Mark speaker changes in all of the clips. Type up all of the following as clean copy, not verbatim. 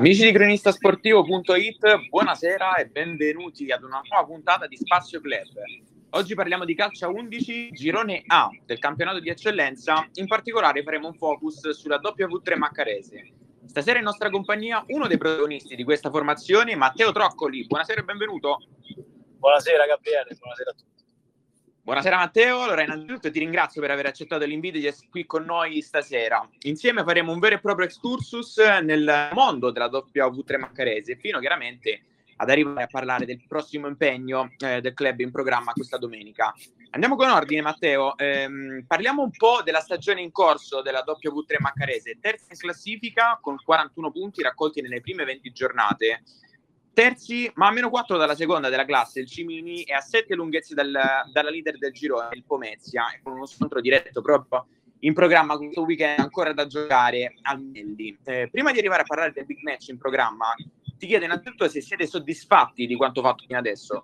Speaker 1: Amici di cronistasportivo.it, buonasera e benvenuti ad una nuova puntata di Spazio Club. Oggi parliamo di calcio a 11, girone A del campionato di eccellenza. In particolare faremo un focus sulla W3 Maccarese. Stasera in nostra compagnia uno dei protagonisti di questa formazione, Matteo Troccoli. Buonasera e benvenuto.
Speaker 2: Buonasera Gabriele, buonasera a tutti.
Speaker 1: Buonasera Matteo, allora innanzitutto ti ringrazio per aver accettato l'invito di essere qui con noi stasera. Insieme faremo un vero e proprio excursus nel mondo della W3 Maccarese, fino chiaramente ad arrivare a parlare del prossimo impegno del club in programma questa domenica. Andiamo con ordine Matteo, parliamo un po' della stagione in corso della W3 Maccarese, terza in classifica con 41 punti raccolti nelle prime 20 giornate. Terzi, ma a meno 4 dalla seconda della classe, il Cimini, e a 7 lunghezze dalla leader del girone, il Pomezia, con uno scontro diretto proprio in programma questo weekend ancora da giocare al Melli. Prima di arrivare a parlare del big match in programma, ti chiedo innanzitutto se siete soddisfatti di quanto fatto fino adesso.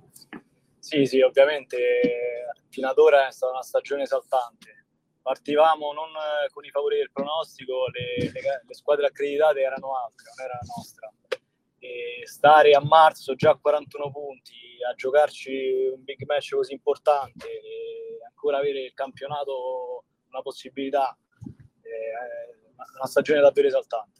Speaker 2: Sì, ovviamente fino ad ora è stata una stagione esaltante. Partivamo non con i favori del pronostico, le squadre accreditate erano altre, non era la nostra. E stare a marzo già a 41 punti, a giocarci un big match così importante e ancora avere il campionato una possibilità, è una stagione davvero esaltante.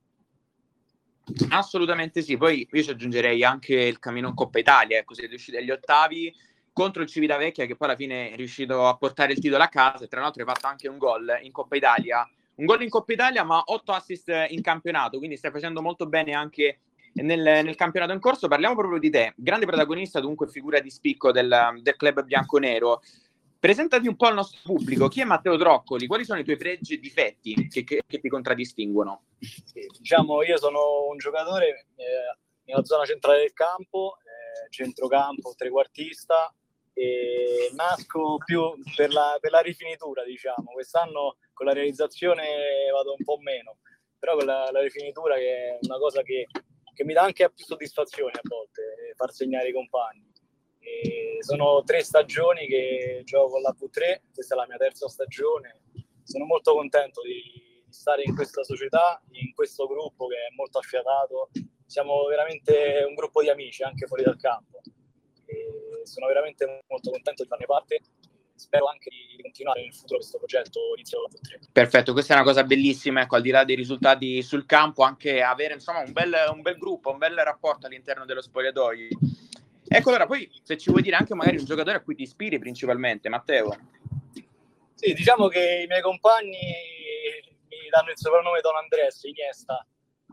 Speaker 1: Assolutamente sì, poi io ci aggiungerei anche il cammino in Coppa Italia, ecco, siete riusciti agli ottavi contro il Civitavecchia che poi alla fine è riuscito a portare il titolo a casa e tra l'altro hai fatto anche un gol in Coppa Italia, ma 8 assist in campionato, quindi stai facendo molto bene anche nel campionato in corso. Parliamo proprio di te, grande protagonista, dunque figura di spicco del club bianconero. Presentati un po' al nostro pubblico, chi è Matteo Troccoli? Quali sono i tuoi pregi e difetti che ti contraddistinguono?
Speaker 2: Diciamo, io sono un giocatore nella zona centrale del campo, centrocampo, trequartista, e nasco più per la rifinitura, diciamo. Quest'anno con la realizzazione vado un po' meno, però con la rifinitura, che è una cosa che mi dà anche più soddisfazione a volte, far segnare i compagni. E sono 3 stagioni che gioco con la V3, questa è la mia terza stagione, sono molto contento di stare in questa società, in questo gruppo che è molto affiatato, siamo veramente un gruppo di amici anche fuori dal campo e sono veramente molto contento di farne parte. Spero anche di continuare nel futuro questo progetto inizio della V3.
Speaker 1: Perfetto, questa è una cosa bellissima, ecco, al di là dei risultati sul campo, anche avere insomma un bel gruppo, un bel rapporto all'interno dello spogliatoio. Ecco, allora poi se ci vuoi dire anche magari un giocatore a cui ti ispiri principalmente, Matteo.
Speaker 2: Sì, diciamo che i miei compagni mi danno il soprannome Don Andres, Iniesta.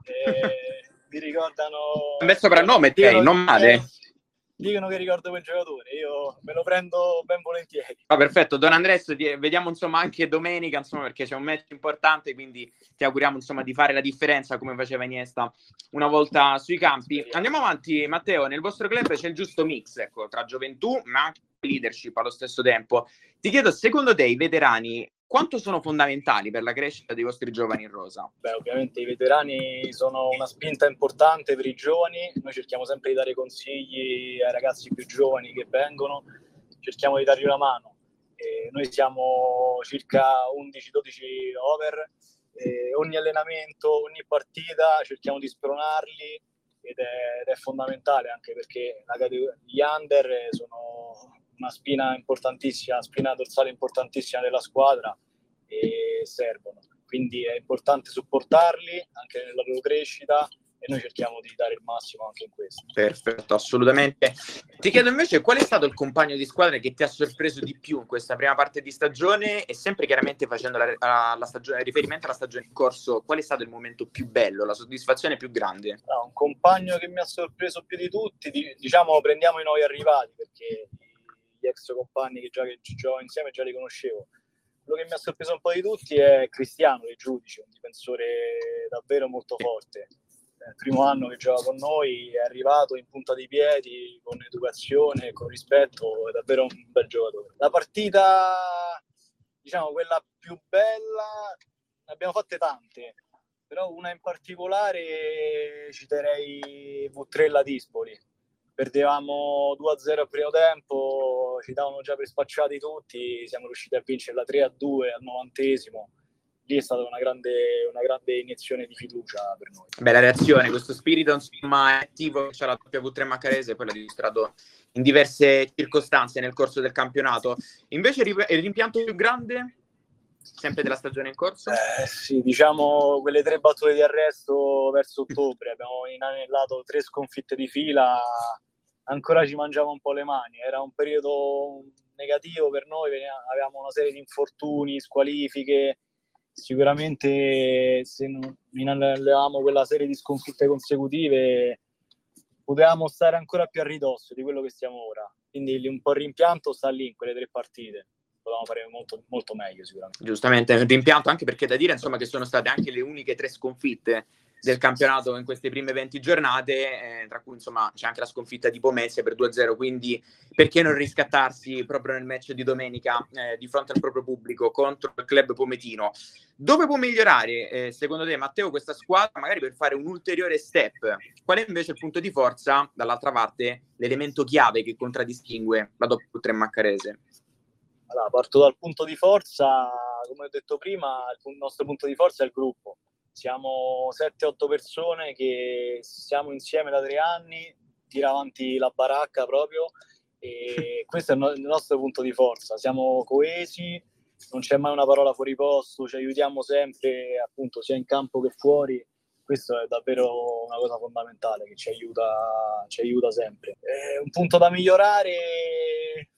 Speaker 2: Mi ricordano...
Speaker 1: Un bel soprannome, non male.
Speaker 2: Dicono che ricordo quel giocatore, io me lo prendo ben volentieri.
Speaker 1: Perfetto, Don Andres, vediamo insomma anche domenica, insomma, perché c'è un match importante, quindi ti auguriamo insomma di fare la differenza come faceva Iniesta una volta sui campi. Andiamo avanti, Matteo, nel vostro club c'è il giusto mix, ecco, tra gioventù ma anche leadership allo stesso tempo. Ti chiedo, secondo te i veterani quanto sono fondamentali per la crescita dei vostri giovani in rosa?
Speaker 2: Beh, ovviamente i veterani sono una spinta importante per i giovani, noi cerchiamo sempre di dare consigli ai ragazzi più giovani che vengono, cerchiamo di dargli una mano. Noi siamo circa 11-12 over, ogni allenamento, ogni partita cerchiamo di spronarli ed è fondamentale, anche perché gli under sono una spina importantissima, spina dorsale importantissima della squadra e servono. Quindi è importante supportarli anche nella loro crescita e noi cerchiamo di dare il massimo anche in questo.
Speaker 1: Perfetto, assolutamente. Ti chiedo invece qual è stato il compagno di squadra che ti ha sorpreso di più in questa prima parte di stagione e sempre chiaramente facendo la stagione, riferimento alla stagione in corso, qual è stato il momento più bello, la soddisfazione più grande?
Speaker 2: Un compagno che mi ha sorpreso più di tutti, diciamo prendiamo i nuovi arrivati perché gli ex compagni che giocavo insieme già li conoscevo. Quello che mi ha sorpreso un po' di tutti è Cristiano De Giudice, un difensore davvero molto forte. Il primo anno che gioca con noi è arrivato in punta di piedi, con educazione, con rispetto, è davvero un bel giocatore. La partita, diciamo, quella più bella, ne abbiamo fatte tante, però una in particolare citerei V3 Ladispoli. Perdevamo 2-0 al primo tempo, ci davano già per spacciati tutti, siamo riusciti a vincere la 3-2 al 90°. lì è stata una grande iniezione di fiducia per noi.
Speaker 1: La reazione, questo spirito insomma attivo che c'ha la W3 Maccarese, poi l'ha dimostrato in diverse circostanze nel corso del campionato. Invece il rimpianto più grande, sempre della stagione in corso?
Speaker 2: Sì, diciamo quelle 3 battute di arresto verso ottobre, abbiamo inanellato 3 sconfitte di fila, ancora ci mangiava un po' le mani, era un periodo negativo per noi, avevamo una serie di infortuni, squalifiche, sicuramente se non inallenavamo quella serie di sconfitte consecutive potevamo stare ancora più a ridosso di quello che stiamo ora, quindi un po' il rimpianto sta lì in quelle 3 partite. Potevamo fare molto, molto meglio sicuramente.
Speaker 1: Giustamente, un rimpianto anche perché da dire insomma che sono state anche le uniche 3 sconfitte del campionato in queste prime 20 giornate, tra cui insomma c'è anche la sconfitta di Pomezia per 2-0, quindi perché non riscattarsi proprio nel match di domenica di fronte al proprio pubblico contro il club pometino. Dove può migliorare secondo te, Matteo, questa squadra magari per fare un ulteriore step? Qual è invece il punto di forza, dall'altra parte, l'elemento chiave che contraddistingue la W3 Maccarese?
Speaker 2: Allora, parto dal punto di forza, come ho detto prima, il nostro punto di forza è il gruppo. Siamo 7-8 persone che siamo insieme da 3 anni, tira avanti la baracca proprio, e questo è il nostro punto di forza. Siamo coesi, non c'è mai una parola fuori posto, ci aiutiamo sempre, appunto, sia in campo che fuori. Questo è davvero una cosa fondamentale che ci aiuta sempre. Un punto da migliorare...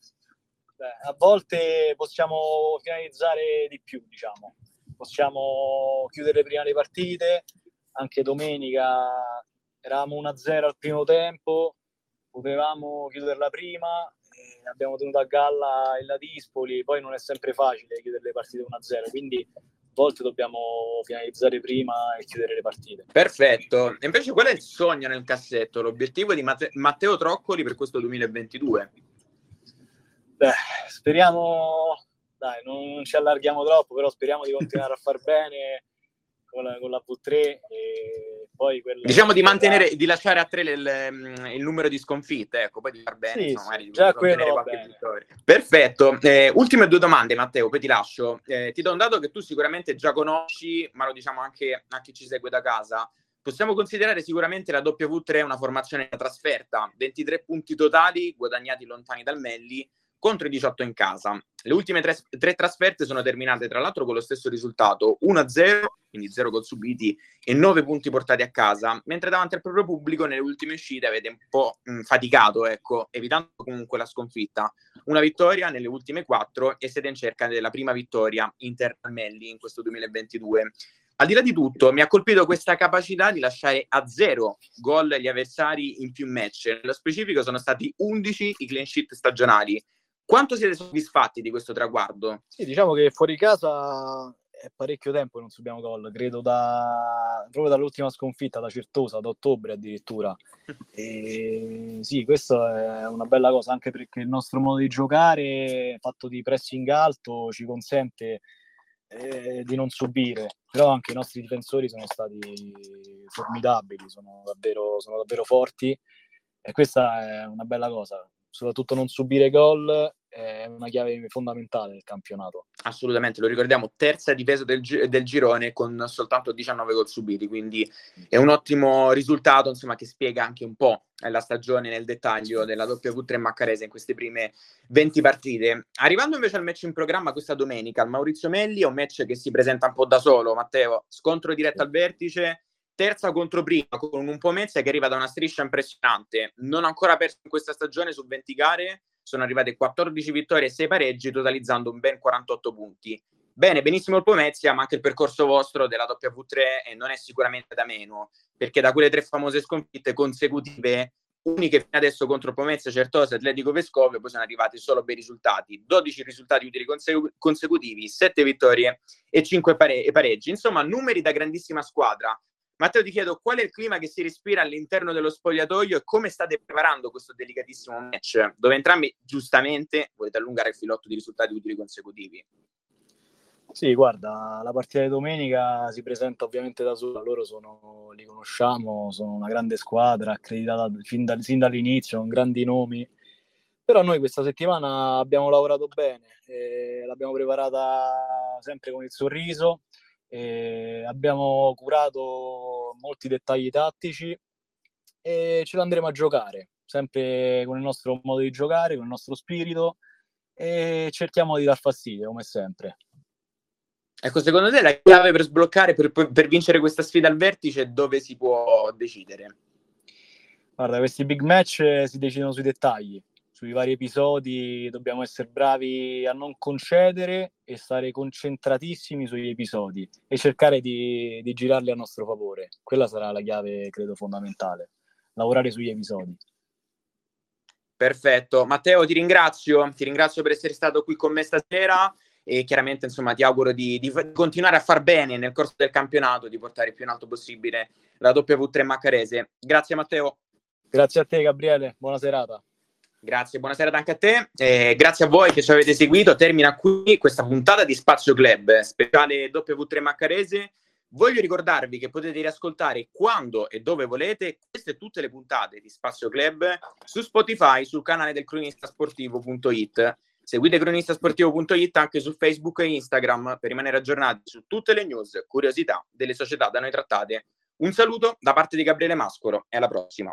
Speaker 2: a volte possiamo finalizzare di più, diciamo. Possiamo chiudere prima le partite, anche domenica eravamo 1-0 al primo tempo, potevamo chiuderla prima, abbiamo tenuto a galla il Ladispoli, poi non è sempre facile chiudere le partite 1-0, quindi a volte dobbiamo finalizzare prima e chiudere le partite.
Speaker 1: Perfetto. E invece qual è il sogno nel cassetto, l'obiettivo di Matteo Troccoli per questo 2022?
Speaker 2: Speriamo, dai, non ci allarghiamo troppo, però speriamo di continuare a far bene con la V3 e poi
Speaker 1: diciamo di mantenere, di lasciare a 3 il numero di sconfitte, ecco, poi di far bene,
Speaker 2: sì,
Speaker 1: insomma,
Speaker 2: sì,
Speaker 1: magari
Speaker 2: già
Speaker 1: di ottenere
Speaker 2: quello va
Speaker 1: qualche
Speaker 2: bene.
Speaker 1: vittoria. Perfetto. Ultime 2 domande, Matteo, poi ti lascio. Ti do un dato che tu sicuramente già conosci, ma lo diciamo anche a chi ci segue da casa. Possiamo considerare sicuramente la W3 una formazione da trasferta, 23 punti totali guadagnati lontani dal Melli, contro i 18 in casa. Le ultime 3 trasferte sono terminate tra l'altro con lo stesso risultato, 1-0, quindi 0 gol subiti e 9 punti portati a casa, mentre davanti al proprio pubblico nelle ultime uscite avete un po' faticato, ecco, evitando comunque la sconfitta. Una vittoria nelle ultime 4 e siete in cerca della prima vittoria interna al Melli in questo 2022. Al di là di tutto, mi ha colpito questa capacità di lasciare a 0 gol gli avversari in più match. Nello specifico sono stati 11 i clean sheet stagionali. Quanto siete soddisfatti di questo traguardo?
Speaker 2: Sì, diciamo che fuori casa è parecchio tempo che non subiamo gol, credo proprio dall'ultima sconfitta da Certosa, da ottobre addirittura. E sì, questa è una bella cosa, anche perché il nostro modo di giocare, fatto di pressing alto, ci consente di non subire, però anche i nostri difensori sono stati formidabili, sono davvero forti e questa è una bella cosa, soprattutto non subire gol è una chiave fondamentale del campionato.
Speaker 1: Assolutamente, lo ricordiamo, terza difesa del girone con soltanto 19 gol subiti, quindi è un ottimo risultato, insomma, che spiega anche un po' la stagione nel dettaglio della W3 Maccarese in queste prime 20 partite. Arrivando invece al match in programma questa domenica, al Maurizio Melli, è un match che si presenta un po' da solo, Matteo, scontro diretto al vertice, terza contro prima, con un Pomezia che arriva da una striscia impressionante, non ancora perso in questa stagione su 20 gare, sono arrivate 14 vittorie e 6 pareggi, totalizzando un ben 48 punti. Bene, benissimo il Pomezia, ma anche il percorso vostro della W3 non è sicuramente da meno, perché da quelle 3 famose sconfitte consecutive, uniche fino adesso contro Pomezia, Certosa e Atletico Vescovio, poi sono arrivati solo bei risultati, 12 risultati utili consecutivi, 7 vittorie e 5 pareggi, insomma numeri da grandissima squadra. Matteo, ti chiedo qual è il clima che si respira all'interno dello spogliatoio e come state preparando questo delicatissimo match, dove entrambi giustamente volete allungare il filotto di risultati utili consecutivi.
Speaker 2: Sì, guarda, la partita di domenica si presenta ovviamente da sola, loro li conosciamo, sono una grande squadra, accreditata sin dall'inizio, con grandi nomi, però noi questa settimana abbiamo lavorato bene, l'abbiamo preparata sempre con il sorriso, Abbiamo curato molti dettagli tattici e ce l'andremo a giocare, sempre con il nostro modo di giocare, con il nostro spirito, e cerchiamo di dar fastidio, come sempre.
Speaker 1: Ecco, secondo te la chiave per sbloccare, per vincere questa sfida al vertice, dove si può decidere?
Speaker 2: Guarda, questi big match si decidono sui dettagli, sui vari episodi. Dobbiamo essere bravi a non concedere e stare concentratissimi sugli episodi e cercare di girarli a nostro favore. Quella sarà la chiave, credo, fondamentale. Lavorare sugli episodi.
Speaker 1: Perfetto. Matteo, ti ringrazio per essere stato qui con me stasera e chiaramente insomma ti auguro di continuare a far bene nel corso del campionato, di portare il più in alto possibile la W3 Maccarese. Grazie Matteo.
Speaker 2: Grazie a te Gabriele, buona serata.
Speaker 1: Grazie, buona serata anche a te. Grazie a voi che ci avete seguito. Termina qui questa puntata di Spazio Club, speciale W3 Maccarese. Voglio ricordarvi che potete riascoltare quando e dove volete queste e tutte le puntate di Spazio Club su Spotify, sul canale del cronistasportivo.it. Seguite cronistasportivo.it anche su Facebook e Instagram per rimanere aggiornati su tutte le news, curiosità delle società da noi trattate. Un saluto da parte di Gabriele Mascolo e alla prossima.